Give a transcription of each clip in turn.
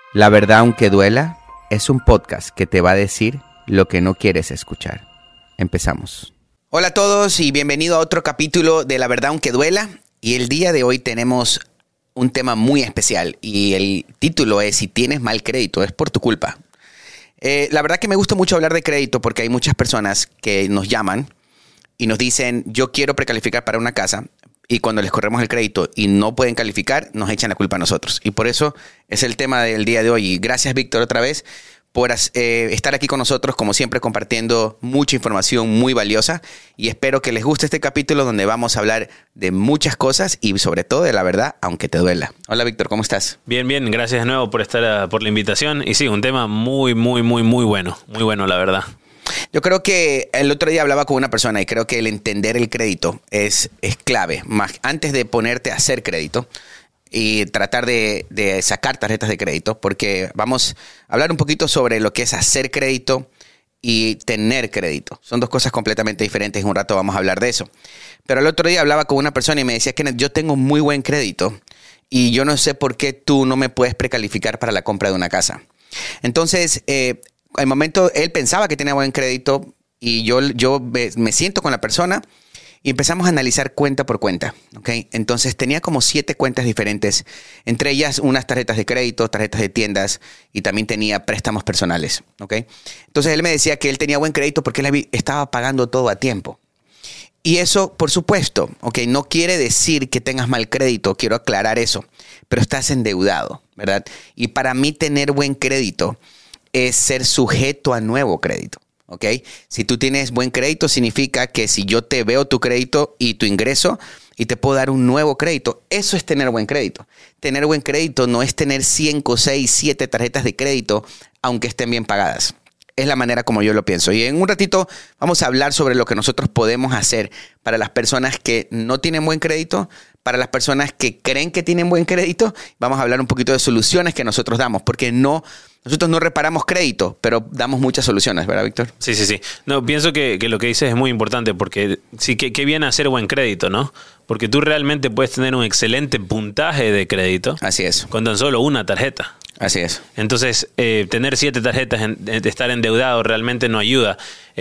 La verdad, aunque duela, es un podcast que te va a decir lo que no quieres escuchar. Empezamos. Hola a todos y bienvenido a otro capítulo de La verdad, aunque duela. Y el día de hoy tenemos un tema muy especial y el título es: si tienes mal crédito, es por tu culpa. La verdad que me gusta mucho hablar de crédito porque hay muchas personas que nos llaman y nos dicen: yo quiero precalificar para una casa. Y cuando les corremos el crédito y no pueden calificar, nos echan la culpa a nosotros. Y por eso es el tema del día de hoy. Y gracias, Víctor, otra vez por estar aquí con nosotros, como siempre, compartiendo mucha información muy valiosa. Y espero que les guste este capítulo donde vamos a hablar de muchas cosas y sobre todo de la verdad, aunque te duela. Hola, Víctor, ¿cómo estás? Bien, gracias de nuevo por por la invitación. Y sí, un tema muy bueno. Muy bueno, la verdad. Yo creo que el otro día hablaba con una persona y creo que el entender el crédito es clave. Más antes de ponerte a hacer crédito y tratar de sacar tarjetas de crédito, porque vamos a hablar un poquito sobre lo que es hacer crédito y tener crédito. Son dos cosas completamente diferentes. En un rato vamos a hablar de eso. Pero el otro día hablaba con una persona y me decía: Kenneth, yo tengo muy buen crédito y yo no sé por qué tú no me puedes precalificar para la compra de una casa. Entonces, al momento él pensaba que tenía buen crédito y yo me siento con la persona y empezamos a analizar cuenta por cuenta, ¿ok? Entonces tenía como 7 cuentas diferentes, entre ellas unas tarjetas de crédito, tarjetas de tiendas y también tenía préstamos personales, ¿ok? Entonces él me decía que él tenía buen crédito porque él estaba pagando todo a tiempo. Y eso, por supuesto, ¿ok? No quiere decir que tengas mal crédito, quiero aclarar eso, pero estás endeudado, ¿verdad? Y para mí tener buen crédito es ser sujeto a nuevo crédito, ¿ok? Si tú tienes buen crédito, significa que si yo te veo tu crédito y tu ingreso y te puedo dar un nuevo crédito, eso es tener buen crédito. Tener buen crédito no es tener 5, 6, 7 tarjetas de crédito, aunque estén bien pagadas. Es la manera como yo lo pienso. Y en un ratito vamos a hablar sobre lo que nosotros podemos hacer para las personas que no tienen buen crédito, para las personas que creen que tienen buen crédito. Vamos a hablar un poquito de soluciones que nosotros damos, porque nosotros no reparamos crédito, pero damos muchas soluciones, ¿verdad, Víctor? Sí. No, pienso que lo que dices es muy importante porque sí, qué viene a ser buen crédito, ¿no? Porque tú realmente puedes tener un excelente puntaje de crédito. Así es. Con tan solo una tarjeta. Así es. Entonces, tener 7 tarjetas, estar endeudado realmente no ayuda.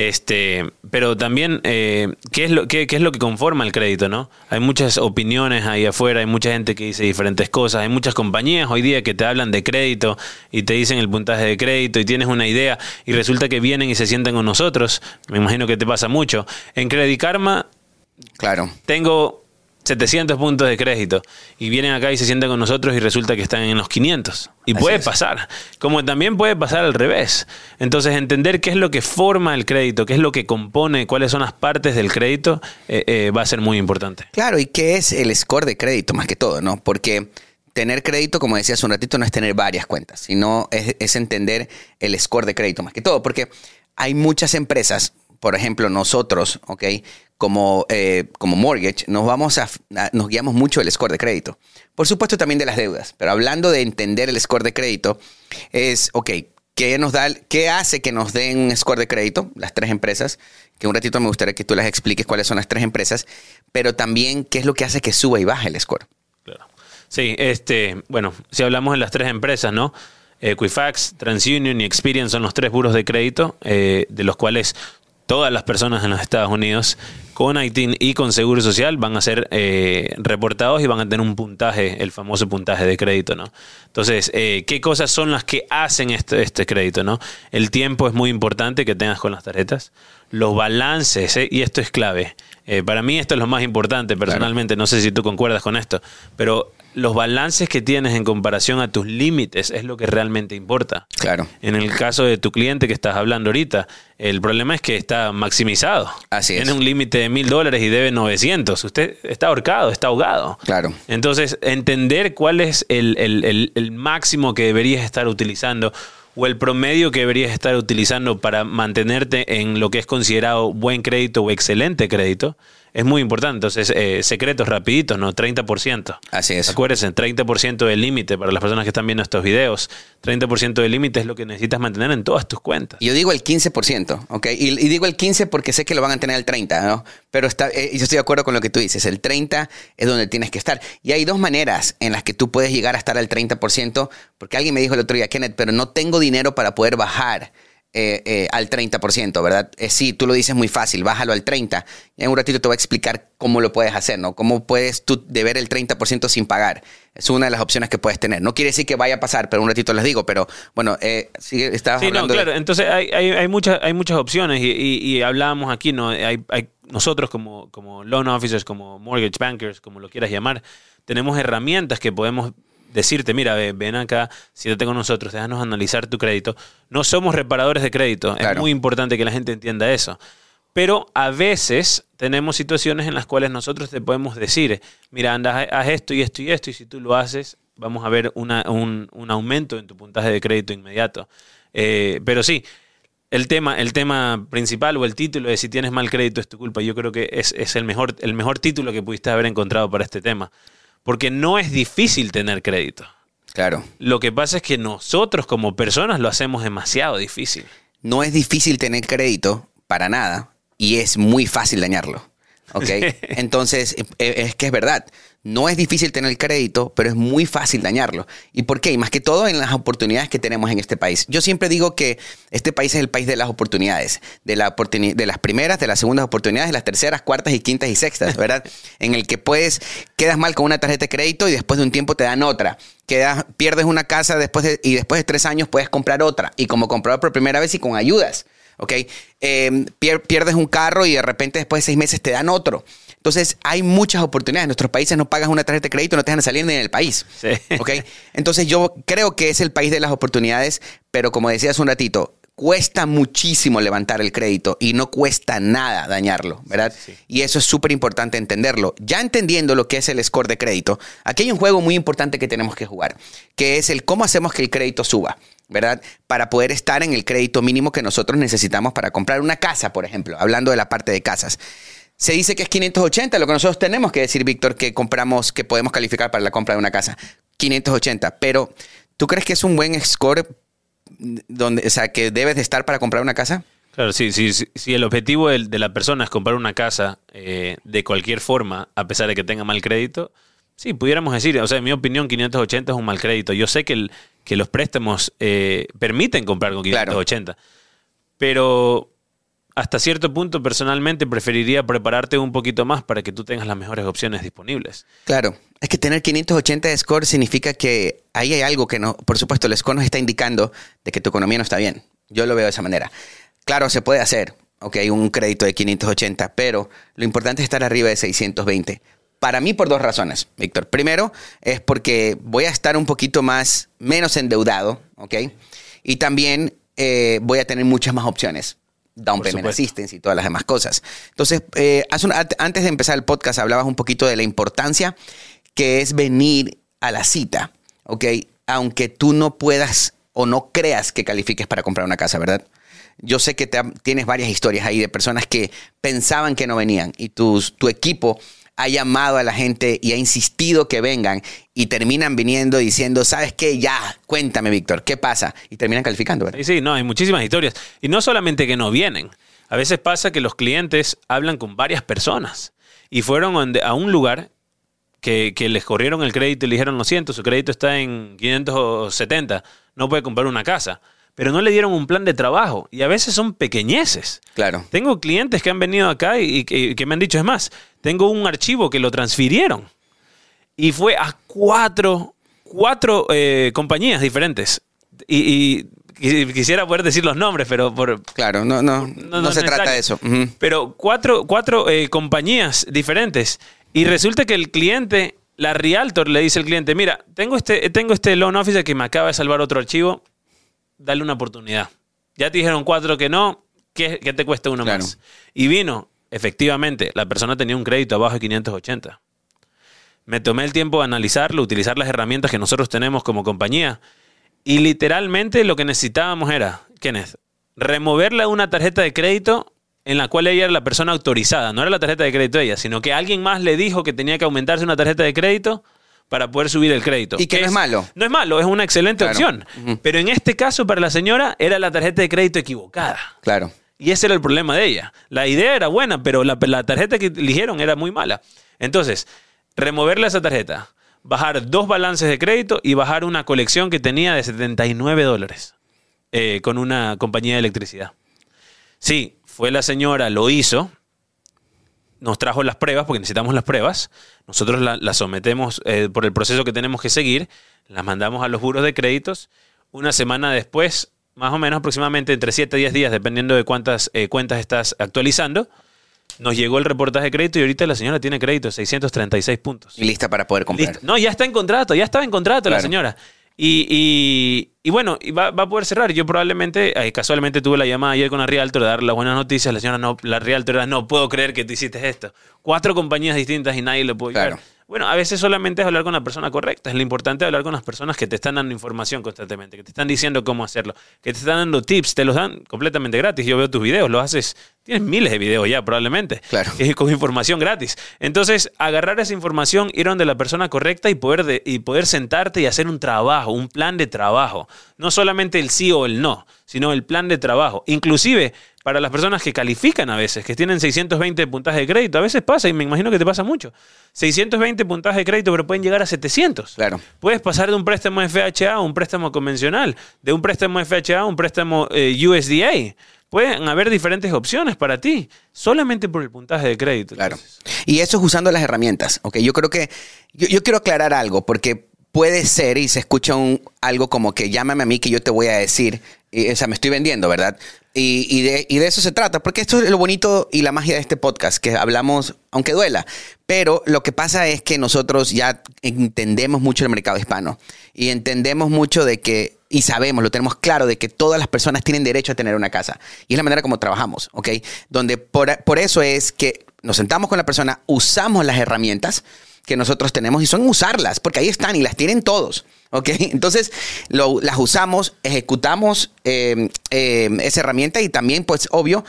Pero también, ¿qué es lo que conforma el crédito, no? Hay muchas opiniones ahí afuera, hay mucha gente que dice diferentes cosas, hay muchas compañías hoy día que te hablan de crédito y te dicen el puntaje de crédito y tienes una idea y resulta que vienen y se sientan con nosotros. Me imagino que te pasa mucho. En Credit Karma, claro, tengo 700 puntos de crédito y vienen acá y se sientan con nosotros y resulta que están en los 500 y así puede es. pasar, como también puede pasar al revés. Entonces entender qué es lo que forma el crédito, qué es lo que compone, cuáles son las partes del crédito va a ser muy importante. Claro, y qué es el score de crédito más que todo, ¿no? Porque tener crédito, como decía hace un ratito, no es tener varias cuentas, sino es entender el score de crédito más que todo, porque hay muchas empresas. Por ejemplo, nosotros, ¿ok? Como mortgage, nos guiamos mucho del score de crédito. Por supuesto, también de las deudas. Pero hablando de entender el score de crédito, es, ¿ok? ¿Qué hace que nos den un score de crédito? Las 3 empresas, que un ratito me gustaría que tú las expliques cuáles son las 3 empresas, pero también qué es lo que hace que suba y baje el score. Claro. Sí, bueno, si hablamos de las 3 empresas, ¿no? Equifax, TransUnion y Experian son los 3 buros de crédito, de los cuales todas las personas en los Estados Unidos con ITIN y con Seguro Social van a ser reportados y van a tener un puntaje, el famoso puntaje de crédito, ¿no? Entonces, ¿qué cosas son las que hacen este crédito, ¿no? El tiempo es muy importante que tengas con las tarjetas. Los balances, y esto es clave. Para mí esto es lo más importante personalmente. Claro. No sé si tú concuerdas con esto, pero los balances que tienes en comparación a tus límites es lo que realmente importa. Claro. En el caso de tu cliente que estás hablando ahorita, el problema es que está maximizado. Así es. Tiene un límite de $1,000 y debe 900. Usted está ahorcado, está ahogado. Claro. Entonces, entender cuál es el máximo que deberías estar utilizando o el promedio que deberías estar utilizando para mantenerte en lo que es considerado buen crédito o excelente crédito es muy importante. Entonces, secretos rapiditos, ¿no? 30%. Así es. Acuérdense, 30% del límite para las personas que están viendo estos videos. 30% del límite es lo que necesitas mantener en todas tus cuentas. Yo digo el 15%, ¿ok? Y digo el 15 porque sé que lo van a tener el 30, ¿no? Pero yo estoy de acuerdo con lo que tú dices. El 30 es donde tienes que estar. Y hay dos maneras en las que tú puedes llegar a estar al 30%, porque alguien me dijo el otro día, Kenneth, pero no tengo dinero para poder bajar al 30%, ¿verdad? Sí, tú lo dices muy fácil, bájalo al 30%. Y en un ratito te voy a explicar cómo lo puedes hacer, ¿no? Cómo puedes tú deber el 30% sin pagar. Es una de las opciones que puedes tener. No quiere decir que vaya a pasar, pero un ratito les digo. Pero bueno, sí, estabas hablando. Sí, no, claro. Entonces hay muchas opciones y hablábamos aquí, ¿no? Nosotros como loan officers, como mortgage bankers, como lo quieras llamar, tenemos herramientas que podemos decirte, mira, ven acá, siéntate con nosotros, déjanos analizar tu crédito. No somos reparadores de crédito. Claro. Es muy importante que la gente entienda eso. Pero a veces tenemos situaciones en las cuales nosotros te podemos decir, mira, anda, haz esto y esto y esto, y si tú lo haces, vamos a ver un aumento en tu puntaje de crédito inmediato. Pero sí, el tema principal o el título de si tienes mal crédito es tu culpa, yo creo que es el mejor título que pudiste haber encontrado para este tema. Porque no es difícil tener crédito. Claro. Lo que pasa es que nosotros como personas lo hacemos demasiado difícil. No es difícil tener crédito para nada y es muy fácil dañarlo. ¿Ok? Entonces, es que es verdad. No es difícil tener crédito, pero es muy fácil dañarlo. ¿Y por qué? Y más que todo en las oportunidades que tenemos en este país. Yo siempre digo que este país es el país de las oportunidades. De las primeras, de las segundas oportunidades, de las terceras, cuartas y quintas y sextas, ¿verdad? En el que quedas mal con una tarjeta de crédito y después de un tiempo te dan otra. Pierdes una casa y después de 3 años puedes comprar otra. Y como comprador por primera vez y con ayudas. ¿Ok? Pierdes un carro y de repente después de 6 meses te dan otro. Entonces, hay muchas oportunidades. En nuestros países no pagas una tarjeta de crédito, no te dejan salir ni en el país. Sí. ¿Ok? Entonces, yo creo que es el país de las oportunidades, pero como decías un ratito, cuesta muchísimo levantar el crédito y no cuesta nada dañarlo, ¿verdad? Sí. Y eso es súper importante entenderlo. Ya entendiendo lo que es el score de crédito, aquí hay un juego muy importante que tenemos que jugar, que es el cómo hacemos que el crédito suba, ¿verdad? Para poder estar en el crédito mínimo que nosotros necesitamos para comprar una casa, por ejemplo, hablando de la parte de casas. Se dice que es 580, lo que nosotros tenemos que decir, Víctor, que podemos calificar para la compra de una casa. 580, pero ¿tú crees que es un buen score que debes de estar para comprar una casa? Claro, sí, si el objetivo de la persona es comprar una casa de cualquier forma, a pesar de que tenga mal crédito, sí, pudiéramos decir, o sea, en mi opinión, 580 es un mal crédito. Yo sé que los préstamos permiten comprar con 580, claro. Pero hasta cierto punto, personalmente, preferiría prepararte un poquito más para que tú tengas las mejores opciones disponibles. Claro. Es que tener 580 de score significa que ahí hay algo que no... Por supuesto, el score nos está indicando de que tu economía no está bien. Yo lo veo de esa manera. Claro, se puede hacer, un crédito de 580, pero lo importante es estar arriba de 620. Para mí, por 2 razones, Víctor. Primero, es porque voy a estar un poquito menos endeudado, ¿ok? Y también voy a tener muchas más opciones. Down payment assistance y todas las demás cosas. Entonces, antes de empezar el podcast hablabas un poquito de la importancia que es venir a la cita, ¿ok? Aunque tú no puedas o no creas que califiques para comprar una casa, ¿verdad? Yo sé que tienes varias historias ahí de personas que pensaban que no venían y tu equipo ha llamado a la gente y ha insistido que vengan y terminan viniendo diciendo, ¿sabes qué? Ya, cuéntame, Víctor, ¿qué pasa? Y terminan calificando, ¿verdad? Sí, no, hay muchísimas historias. Y no solamente que no vienen. A veces pasa que los clientes hablan con varias personas y fueron a un lugar que les corrieron el crédito y le dijeron, lo siento, su crédito está en 570, no puede comprar una casa. Pero no le dieron un plan de trabajo. Y a veces son pequeñeces. Claro. Tengo clientes que han venido acá y que me han dicho, es más, tengo un archivo que lo transfirieron. Y fue a cuatro compañías diferentes. Y quisiera poder decir los nombres, pero... Claro, no se trata de eso. Uh-huh. Pero cuatro compañías diferentes. Y resulta que el cliente, la Realtor le dice al cliente, mira, tengo este loan officer que me acaba de salvar otro archivo. Dale una oportunidad. Ya te dijeron 4 que no, ¿qué te cuesta uno claro. más? Y vino, efectivamente, la persona tenía un crédito abajo de 580. Me tomé el tiempo de analizarlo, utilizar las herramientas que nosotros tenemos como compañía y literalmente lo que necesitábamos era, Kenneth, removerle una tarjeta de crédito en la cual ella era la persona autorizada. No era la tarjeta de crédito de ella, sino que alguien más le dijo que tenía que aumentarse una tarjeta de crédito para poder subir el crédito. Y que no es malo. No es malo, es una excelente opción. Pero en este caso, para la señora, era la tarjeta de crédito equivocada. Claro. Y ese era el problema de ella. La idea era buena, pero la tarjeta que eligieron era muy mala. Entonces, removerle esa tarjeta, bajar 2 balances de crédito y bajar una colección que tenía de $79 con una compañía de electricidad. Sí, fue la señora, lo hizo, nos trajo las pruebas, porque necesitamos las pruebas, nosotros las sometemos por el proceso que tenemos que seguir, las mandamos a los buros de créditos, una semana después, más o menos aproximadamente entre 7 y 10 días, dependiendo de cuántas cuentas estás actualizando, nos llegó el reportaje de crédito y ahorita la señora tiene crédito, 636 puntos. Y lista para poder comprar. Lista. No, ya está en contrato, ya estaba en contrato claro. La señora. Y bueno, va a poder cerrar. Yo probablemente, casualmente tuve la llamada ayer con la Realtor de dar las buenas noticias. La señora, la Realtor era, no puedo creer que tú hiciste esto. 4 compañías distintas y nadie le puede ayudar. Claro. Bueno, a veces solamente es hablar con la persona correcta. Es lo importante hablar con las personas que te están dando información constantemente, que te están diciendo cómo hacerlo, que te están dando tips, te los dan completamente gratis. Yo veo tus videos, los haces, tienes miles de videos ya probablemente, claro. Con información gratis. Entonces, agarrar esa información, ir donde la persona correcta y poder sentarte y hacer un trabajo, un plan de trabajo. No solamente el sí o el no, sino el plan de trabajo. Inclusive, para las personas que califican a veces, que tienen 620 de puntaje de crédito, a veces pasa, y me imagino que te pasa mucho. 620 puntaje de crédito, pero pueden llegar a 700. Claro. Puedes pasar de un préstamo FHA a un préstamo convencional, de un préstamo FHA a un préstamo USDA. Pueden haber diferentes opciones para ti, solamente por el puntaje de crédito. Claro. Entonces. Y eso es usando las herramientas. ¿Okay? Yo creo que yo quiero aclarar algo, porque puede ser y se escucha algo como que llámame a mí que yo te voy a decir, o sea, me estoy vendiendo, ¿verdad? Y de eso se trata, porque esto es lo bonito y la magia de este podcast, que hablamos, aunque duela, pero lo que pasa es que nosotros ya entendemos mucho el mercado hispano y entendemos mucho de que, y sabemos, lo tenemos claro, de que todas las personas tienen derecho a tener una casa. Y es la manera como trabajamos, ¿ok? Donde por eso es que nos sentamos con la persona, usamos las herramientas que nosotros tenemos y son usarlas, porque ahí están y las tienen todos. ¿Ok? Entonces, las usamos, ejecutamos esa herramienta y también, pues, obvio,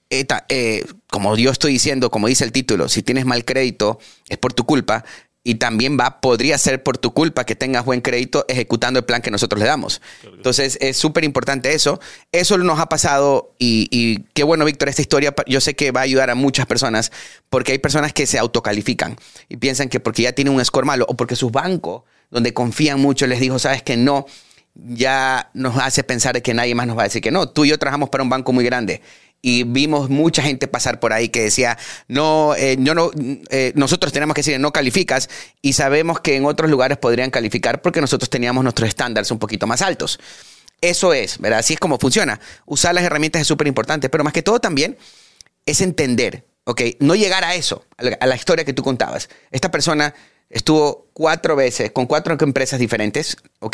como yo estoy diciendo, como dice el título, si tienes mal crédito es por tu culpa y también podría ser por tu culpa que tengas buen crédito ejecutando el plan que nosotros le damos. Entonces, es súper importante eso. Eso nos ha pasado y qué bueno, Víctor, esta historia yo sé que va a ayudar a muchas personas porque hay personas que se autocalifican y piensan que porque ya tienen un score malo o porque sus bancos donde confían mucho, les dijo, sabes que no, ya nos hace pensar de que nadie más nos va a decir que no. Tú y yo trabajamos para un banco muy grande y vimos mucha gente pasar por ahí que decía, nosotros tenemos que decir, no calificas, y sabemos que en otros lugares podrían calificar porque nosotros teníamos nuestros estándares un poquito más altos. Eso es, ¿verdad? Así es como funciona. Usar las herramientas es súper importante, pero más que todo también es entender, ¿ok? No llegar a eso, a la historia que tú contabas. Esta persona estuvo 4 veces con 4 empresas diferentes, ¿ok?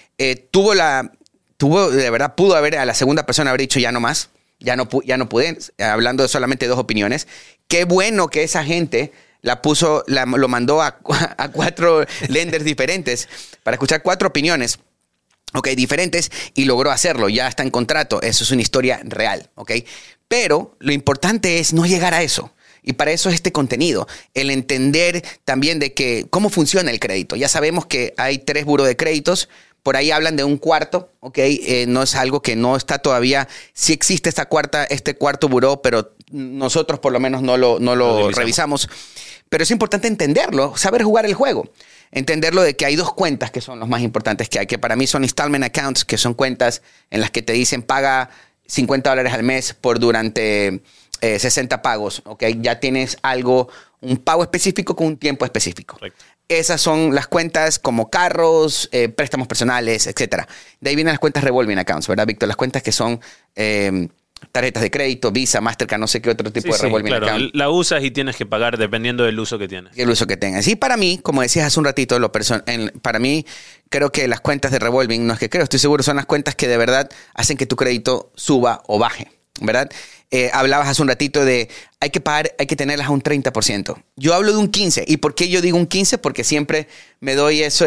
De verdad, pudo haber a la segunda persona haber dicho ya no más, ya no pude, hablando de solamente 2 opiniones. Qué bueno que esa gente lo mandó a 4 lenders diferentes para escuchar 4 opiniones, ¿ok? Diferentes, y logró hacerlo, ya está en contrato. Eso es una historia real, ¿ok? Pero lo importante es no llegar a eso. Y para eso es este contenido, el entender también de que cómo funciona el crédito. Ya sabemos que hay 3 buros de créditos, por ahí hablan de un cuarto, ¿ok? No es algo que no está todavía, sí existe este cuarto buró, pero nosotros por lo menos no lo revisamos. Pero es importante entenderlo, saber jugar el juego. Entenderlo de que hay 2 cuentas que son los más importantes que hay, que para mí son installment accounts, que son cuentas en las que te dicen paga $50 al mes por durante 60 pagos, ¿ok? Ya tienes un pago específico con un tiempo específico. Correcto. Esas son las cuentas como carros, préstamos personales, etc. De ahí vienen las cuentas revolving accounts, ¿verdad, Víctor? Las cuentas que son tarjetas de crédito, Visa, Mastercard, no sé qué otro tipo de revolving account. La usas y tienes que pagar dependiendo del uso que tienes. El uso que tengas. Y para mí, como decías hace un ratito, para mí creo que las cuentas de revolving, no es que creo, estoy seguro, son las cuentas que de verdad hacen que tu crédito suba o baje, ¿verdad? Hablabas hace un ratito de hay que tenerlas a un 30%. Yo hablo de un 15%. ¿Y por qué yo digo un 15%? Porque siempre me doy esa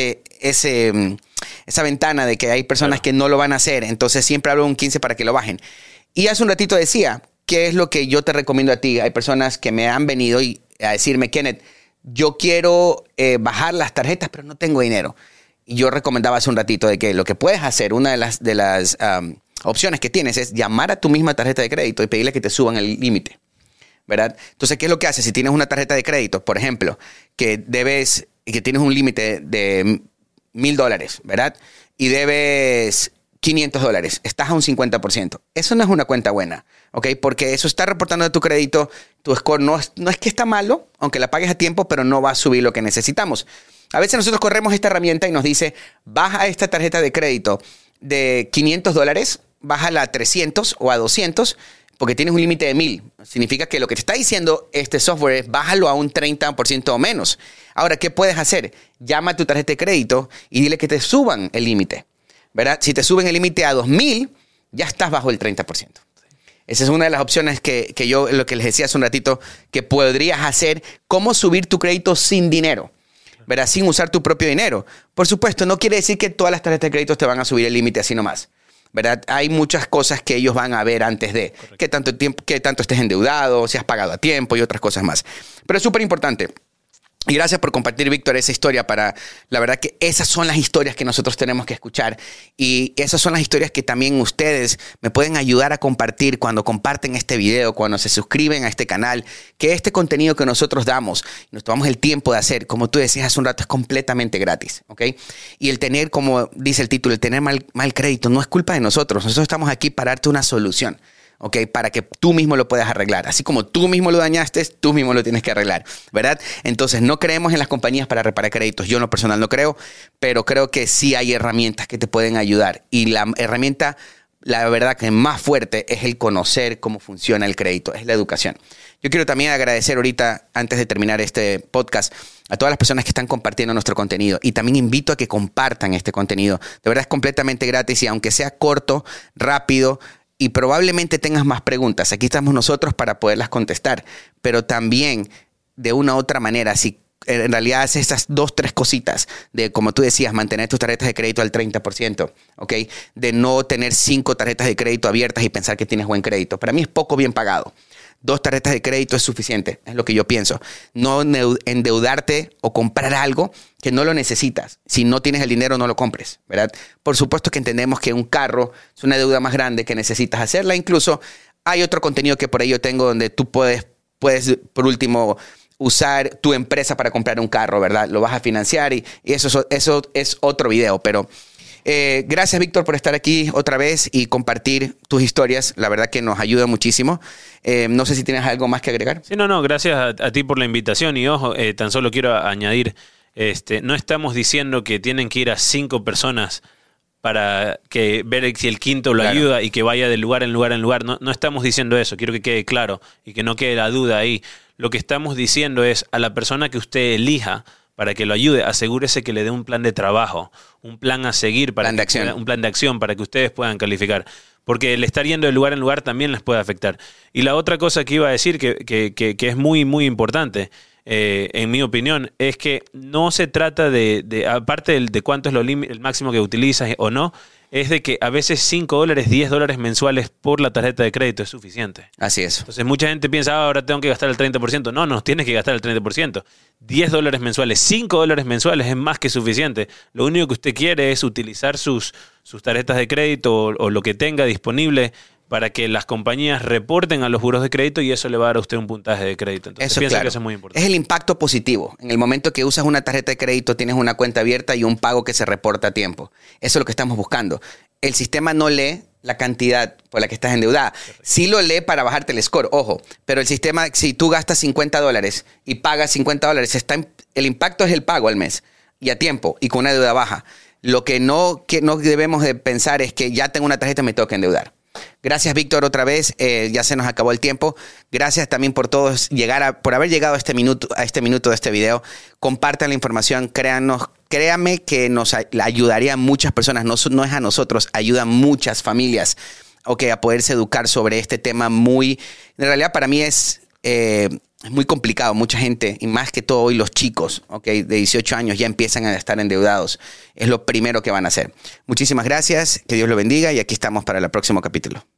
ventana de que hay personas que no lo van a hacer. Entonces siempre hablo de un 15% para que lo bajen. Y hace un ratito decía, ¿qué es lo que yo te recomiendo a ti? Hay personas que me han venido a decirme, Kenneth, yo quiero bajar las tarjetas, pero no tengo dinero. Y yo recomendaba hace un ratito de que lo que puedes hacer, una de las opciones que tienes es llamar a tu misma tarjeta de crédito y pedirle que te suban el límite, ¿verdad? Entonces, ¿qué es lo que haces? Si tienes una tarjeta de crédito, por ejemplo, que tienes un límite de $1,000, ¿verdad? Y debes $500, estás a un 50%. Eso no es una cuenta buena, ¿ok? Porque eso está reportando de tu crédito, tu score no es que está malo, aunque la pagues a tiempo, pero no va a subir lo que necesitamos. A veces nosotros corremos esta herramienta y nos dice, baja esta tarjeta de crédito de $500, bájala a 300 o a 200, porque tienes un límite de 1,000. Significa que lo que te está diciendo este software es bájalo a un 30% o menos. Ahora, ¿qué puedes hacer? Llama a tu tarjeta de crédito y dile que te suban el límite, ¿verdad? Si te suben el límite a 2,000, ya estás bajo el 30%. Esa es una de las opciones que yo, lo que les decía hace un ratito, que podrías hacer, cómo subir tu crédito sin dinero, ¿verdad? Sin usar tu propio dinero. Por supuesto, no quiere decir que todas las tarjetas de crédito te van a subir el límite así nomás, ¿verdad? Hay muchas cosas que ellos van a ver antes de qué tanto estés endeudado, si has pagado a tiempo y otras cosas más. Pero es súper importante. Y gracias por compartir, Víctor, esa historia. La verdad que esas son las historias que nosotros tenemos que escuchar. Y esas son las historias que también ustedes me pueden ayudar a compartir cuando comparten este video, cuando se suscriben a este canal, que este contenido que nosotros damos, nos tomamos el tiempo de hacer, como tú decías hace un rato, es completamente gratis, ¿ok? Y el tener, como dice el título, el tener mal crédito no es culpa de nosotros. Nosotros estamos aquí para darte una solución, ¿ok? Para que tú mismo lo puedas arreglar. Así como tú mismo lo dañaste, tú mismo lo tienes que arreglar, ¿verdad? Entonces, no creemos en las compañías para reparar créditos. Yo en lo personal no creo, pero creo que sí hay herramientas que te pueden ayudar. Y la herramienta, la verdad que más fuerte es el conocer cómo funciona el crédito, es la educación. Yo quiero también agradecer ahorita, antes de terminar este podcast, a todas las personas que están compartiendo nuestro contenido. Y también invito a que compartan este contenido. De verdad es completamente gratis y aunque sea corto, rápido, y probablemente tengas más preguntas. Aquí estamos nosotros para poderlas contestar. Pero también, de una u otra manera, si en realidad haces estas 2, 3 cositas de, como tú decías, mantener tus tarjetas de crédito al 30%, ¿ok? De no tener 5 tarjetas de crédito abiertas y pensar que tienes buen crédito. Para mí es poco bien pagado. 2 tarjetas de crédito es suficiente, es lo que yo pienso. No endeudarte o comprar algo que no lo necesitas. Si no tienes el dinero, no lo compres, ¿verdad? Por supuesto que entendemos que un carro es una deuda más grande que necesitas hacerla. Incluso hay otro contenido que por ahí yo tengo donde tú puedes por último, usar tu empresa para comprar un carro, ¿verdad? Lo vas a financiar y eso es otro video, pero... gracias, Víctor, por estar aquí otra vez y compartir tus historias. La verdad que nos ayuda muchísimo. No sé si tienes algo más que agregar. Sí, no, gracias a ti por la invitación. Y ojo, tan solo quiero añadir, no estamos diciendo que tienen que ir a 5 personas para ver si el quinto lo ayuda y que vaya de lugar en lugar en lugar. No estamos diciendo eso, quiero que quede claro y que no quede la duda ahí. Lo que estamos diciendo es a la persona que usted elija para que lo ayude, asegúrese que le dé un plan de trabajo, un plan a seguir, un plan de acción para que ustedes puedan calificar. Porque el estar yendo de lugar en lugar también les puede afectar. Y la otra cosa que iba a decir que es muy, muy importante, en mi opinión, es que no se trata aparte de cuánto es el máximo que utilizas o no, es de que a veces $5, $10 mensuales por la tarjeta de crédito es suficiente. Así es. Entonces mucha gente piensa, ahora tengo que gastar el 30%. No tienes que gastar el 30%. $10 mensuales, $5 mensuales es más que suficiente. Lo único que usted quiere es utilizar sus tarjetas de crédito o lo que tenga disponible para que las compañías reporten a los buros de crédito y eso le va a dar a usted un puntaje de crédito. Entonces pienso que eso es muy importante. Es el impacto positivo. En el momento que usas una tarjeta de crédito, tienes una cuenta abierta y un pago que se reporta a tiempo. Eso es lo que estamos buscando. El sistema no lee la cantidad por la que estás endeudada. Correcto. Sí lo lee para bajarte el score, ojo. Pero el sistema, si tú gastas $50 y pagas $50, el impacto es el pago al mes y a tiempo y con una deuda baja. Lo que no debemos de pensar es que ya tengo una tarjeta y me tengo que endeudar. Gracias, Víctor, otra vez. Ya se nos acabó el tiempo. Gracias también por todos por haber llegado a este minuto de este video. Compartan la información, créanme que nos ayudaría a muchas personas. No es a nosotros, ayuda a muchas familias, a poderse educar sobre este tema en realidad para mí es muy complicado. Mucha gente, y más que todo hoy los chicos, de 18 años ya empiezan a estar endeudados. Es lo primero que van a hacer. Muchísimas gracias, que Dios lo bendiga y aquí estamos para el próximo capítulo.